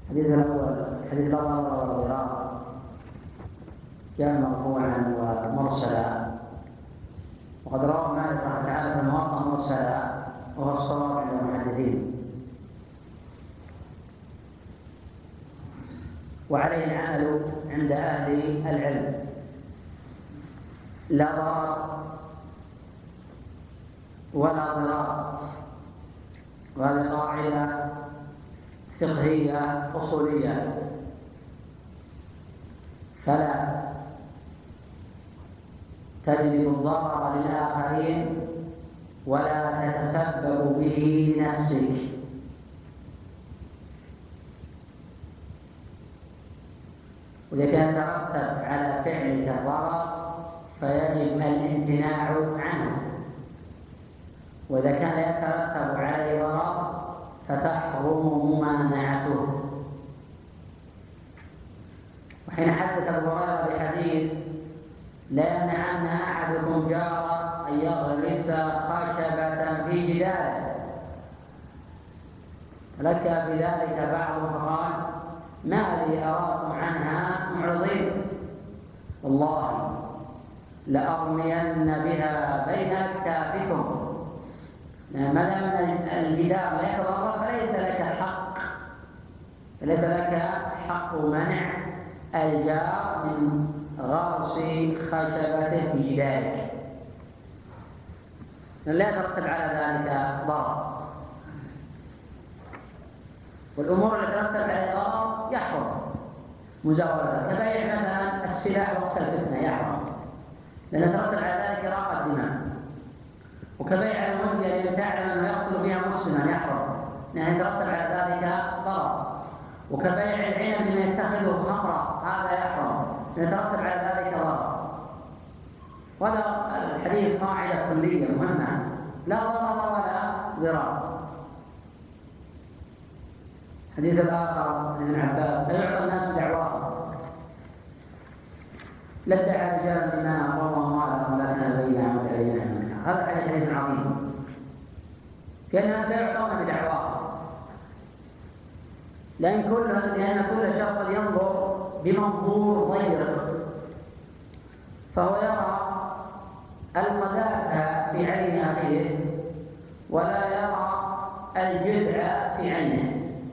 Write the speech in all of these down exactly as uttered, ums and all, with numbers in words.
الحديث الأول حديث لا ضرر ولا ضرار كان مرفوعا ومرسلا، وقد روى مالك رحمه تعالى في الموطأ مرسلا وهو الصواب عند المحدثين، وعليه العمل عند أهل العلم. لا ضرر ولا ضرار، وهذه قاعدة فقهية أصولية، فلا تجلب الضرر للآخرين ولا تتسبب به لنفسك. وإذا كان يترتب على فعلك ضرر فيجب الامتناع عنه، وإذا كان يترتب عليه ضرر فتحرم ممانعته. وحين حدث أبو هريرة بحديث لا يمنعن أحدكم جارا أن يغرس خشبة في جداره، فلك بذلك بعض فقال ما لي أراكم عنها معرضين، والله لأرمين بها بين أكتافكم. ما دام الجدار لا يتضرر فليس لك حق فليس لك حق منع الجار من غرس خشبته في جدارك، لا يترتب على ذلك ضرر. والأمور التي ترتب عليها ضرر يحرم مزاولتها، كبيع مثلا السلاح وقت الفتنة يحرم، لأن يترتب على ذلك إراقة الدماء، وكبيع المنزل التي تعلم أنه يقتل بها مسلما يحرم، لأنه يترتب على ذلك ضرر، وكبيع العنب بما يتخذه خمرا هذا يحرم، يترتب على ذلك ضرر. وهذا الحديث قاعدة كلية مهمة، لا ضرر ولا ضرار. الحديث الآخر حديث ابن عباس لا يعطى الناس دعواهم، لا ادعى رجال بما أقروا أموالهم ولكن بينهم وتبين منها. هذا حديث عظيم، لأن الناس لا يعطون بدعواهم، لأن كل لأن كل شخص ينظر بمنظور ضيق، فهو يرى القذاة في عين أخيه ولا يرى الجذع في عينه.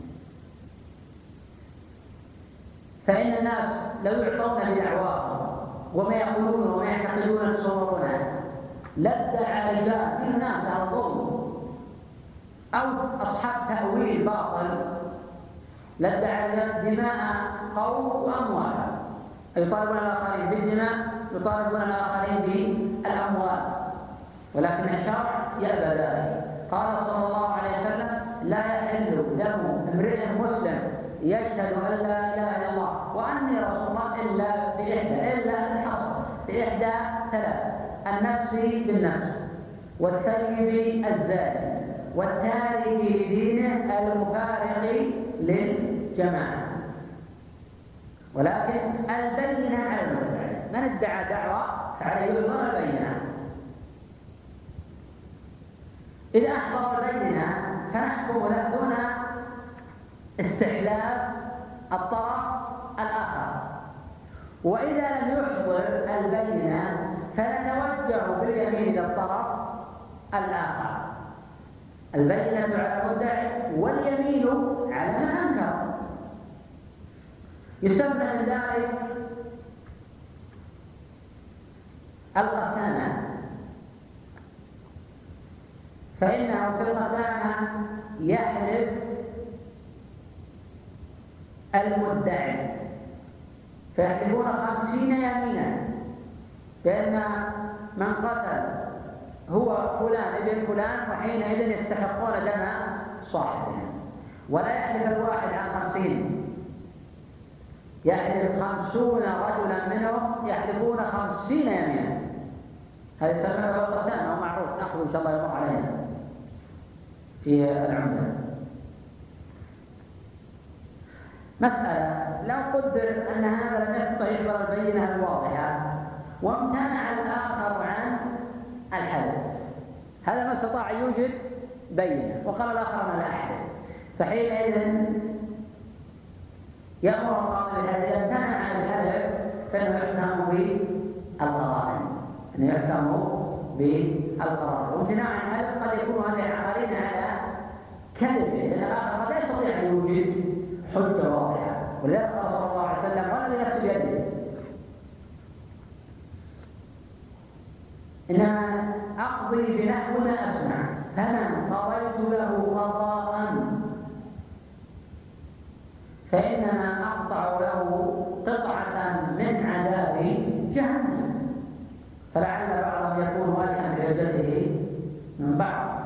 فإن الناس لو يعطون بدعواهم وما يقولون وما يعتقدون يتصورونه لادعى رجال من الناس على الظلم أو أصحاب تأويل باطل، لادعى دماء قوم وأموالهم، يطالبون الآخرين بالدماء يطالبون الآخرين بالأموال، ولكن الشرع يأبى ذلك. قال صلى الله عليه وسلم لا يحل دم امرئ مسلم يشهد أن لا إله إلا الله وأني رسول الله إلا بإحدى إلا أن حصل بإحدى ثلاث: النفس بالنفس، والثيب الزاني، والتارك لدينه المفارق للجماعة. ولكن البينة على المدعي، من ادعى دعوة فعليه يحضر البينة. إذا أحضر البينة فنحكم له دون استحلال الطرف الآخر، وإذا لم يحضر البينة فنتوجه باليمين إلى الطرف الآخر. البينة على المدعي واليمين على من أنكر. يسمى من ذلك القسامة، فإنه في القسامة يحلف المدعي فيحلفون خمسين يمينا بأن من قتل هو فلان ابن فلان، وحينئذ يستحقون دم صاحبهم. ولا يحلف الواحد عن خمسين، يحلف خمسون رجلا منهم يحلفون خمسين يمينا. هذا يسمونه القسامة ومعروف، نأخذ إن شاء الله يمر علينا في العمدة. مسألة لو قدر أن هذا لم يستطع يحضر البينة الواضحة وامتنع الآخر عن الحلف، هذا ما استطاع يوجد بينة وقال الآخر أنا لا أحلف، فحينئذ يأمر القاضي بالحلف، إذا امتنع عن الحلف فإنه يحكم بالقرائن، إنه يحكم بالقرائن. وامتناع عن الحلف قد يكون هذا قرينا على كذبه، لأن الآخر قد لا يستطيع أن يوجد حجة واضحة، ولذلك قال صلى الله عليه وسلم: ولا لنفس بيده. إنما أقضي بنحو ما أسمع، فمن قضيت له قضاء فإنما أقطع له قطعة من عذاب جهنم. فلعل بعضهم يكون ألهم بحجته من بعض.